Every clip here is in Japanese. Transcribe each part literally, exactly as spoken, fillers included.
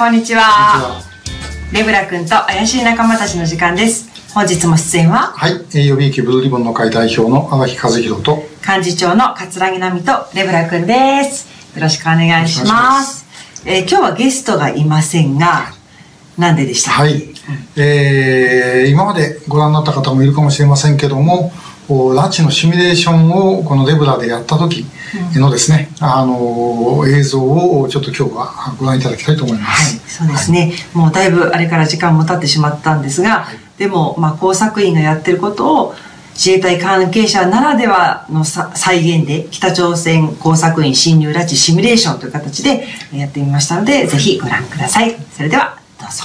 こんにちは。レブラ君と怪しい仲間たちの時間です。本日も出演は、 はい、予備役ブルーリボンの会代表の荒木和弘と幹事長の桂木奈美とレブラ君です。よろしくお願いします。えー、今日はゲストがいませんが、なんででしたっけ？ はい、えー、今までご覧になった方もいるかもしれませんけども、拉致のシミュレーションをこのレブラでやった時のですね、うん、あの映像をちょっと今日はご覧いただきたいと思います。 はい、そうですね、はい、もうだいぶあれから時間も経ってしまったんですが、はい、でも、まあ、工作員がやってることを自衛隊関係者ならではの再現で北朝鮮工作員侵入拉致シミュレーションという形でやってみましたので、ぜひご覧ください。それではどうぞ。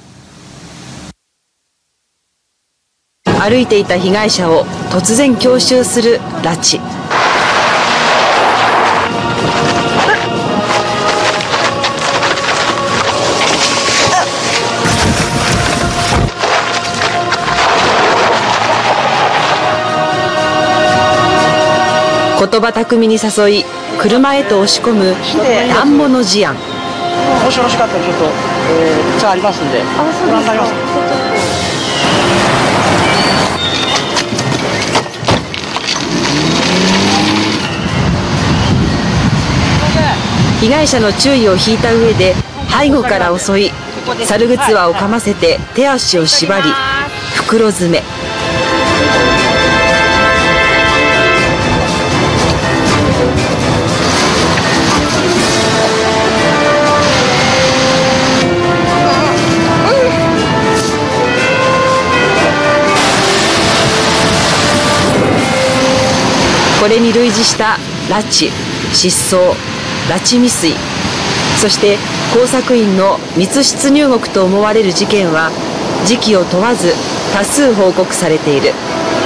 歩いていた被害者を突然強襲する拉致。言葉巧みに誘い車へと押し込む乱物事案。 もしよろしかったらちょっと、えー、茶ありますんでご覧になりますか。 被害者の注意を引いた上で背後から襲い、猿ぐつわをかませて手足を縛り袋詰め。これに類似した拉致、失踪、拉致未遂、そして工作員の密室入国と思われる事件は時期を問わず多数報告されている。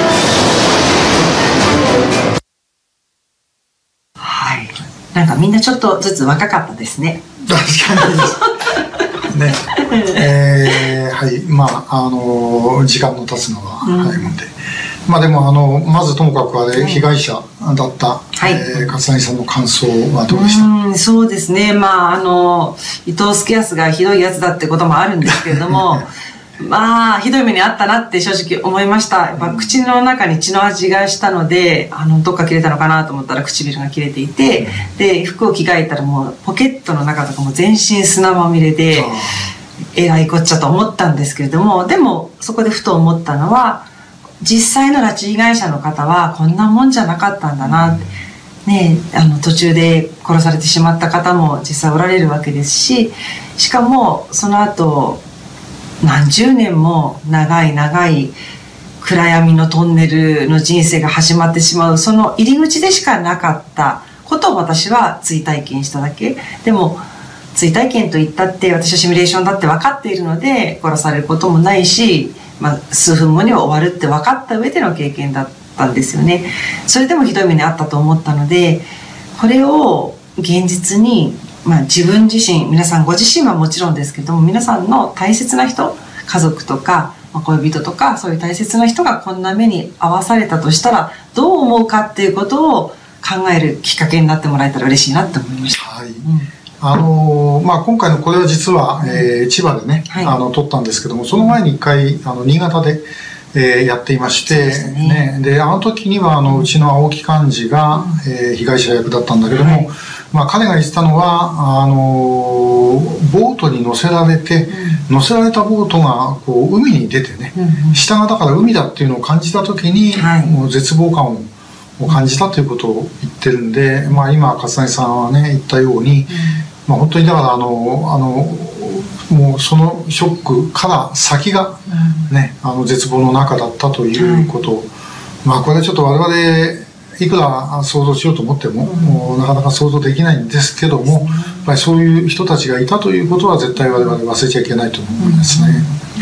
はい、なんかみんなちょっとずつ若かったですね。 確かにですね。えー、はい、まああの時間の経つのが早いもんで、うん、まあでもあのまずともかくあれ、被害者だった、はい、えー、桂木さんの感想はどうでした？ うん、そうですね、まああの伊藤助康がひどいやつだってこともあるんですけれどもまあひどい目にあったなって正直思いました。やっぱ口の中に血の味がしたので、あのどっか切れたのかなと思ったら唇が切れていて、で服を着替えたらもうポケットの中とかも全身砂まみれでえらいこっちゃと思ったんですけれども、でもそこでふと思ったのは、実際の拉致被害者の方はこんなもんじゃなかったんだなって、ね、あの途中で殺されてしまった方も実際おられるわけですし、しかもその後何十年も長い長い暗闇のトンネルの人生が始まってしまう、その入り口でしかなかったことを私は追体験しただけ。でも追体験といったって私はシミュレーションだって分かっているので殺されることもないし、まあ、数分後には終わるって分かった上での経験だったんですよね。それでもひどい目にあったと思ったので、これを現実に、まあ、自分自身、皆さんご自身はもちろんですけども、皆さんの大切な人、家族とか、まあ、恋人とか、そういう大切な人がこんな目に遭わされたとしたらどう思うかっていうことを考えるきっかけになってもらえたら嬉しいなって思いました。 はい、うん、あのまあ、今回のこれは実は、えー、千葉でね、はい、あの撮ったんですけども、その前にいっかいあの新潟で、えー、やっていまして、ね、であの時にはあのうちの青木幹事が、うん、えー、被害者役だったんだけども、はい、まあ、彼が言ってたのはあのボートに乗せられて、うん、乗せられたボートがこう海に出てね、うん、下がだから海だっていうのを感じた時に、はい、もう絶望感をを感じたということを言ってるんで、まあ、今桂木さんはね言ったように、うん、まあ、本当にだからあのあのもうそのショックから先が、ね、うん、あの絶望の中だったということを、うん、まあこれはちょっと我々いくら想像しようと思っても、うん、もうなかなか想像できないんですけども、うん、やっぱりそういう人たちがいたということは絶対我々忘れちゃいけないと思うんですね。 うん、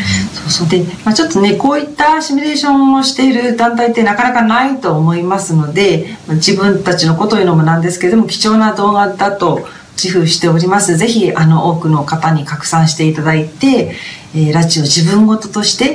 そうそうで、まあ、ちょっとねこういったシミュレーションをしている団体ってなかなかないと思いますので、自分たちのことを言うのもなんですけれども貴重な動画だと自負しております。ぜひあの多くの方に拡散していただいて、えー、拉致を自分事として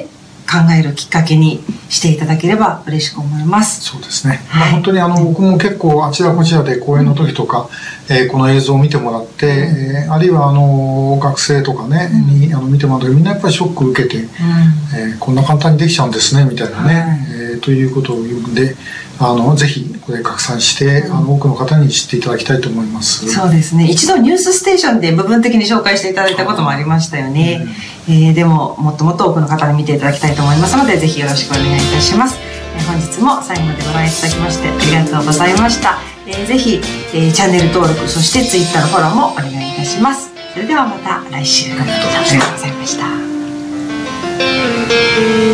考えるきっかけにしていただければ嬉しく思います。 そうですね、はい、まあ、本当にあの僕も結構あちらこちらで講演の時とか、うん、えー、この映像を見てもらって、うん、えー、あるいはあの学生とかね、うん、にあの見てもらうとみんなやっぱりショックを受けて、うん、えー、こんな簡単にできちゃうんですねみたいなね、うん、えー、ということを言うんで、あのぜひこれ拡散して、うん、あの多くの方に知っていただきたいと思います。 そうですね、一度ニュースステーションで部分的に紹介していただいたこともありましたよね、うん、えー、でももっともっと多くの方に見ていただきたいと思いますので、ぜひよろしくお願いいたします。えー、本日も最後までご覧いただきましてありがとうございました。えー、ぜひ、えー、チャンネル登録、そしてツイッターのフォローもお願いいたします。それではまた来週。ありがとうございました。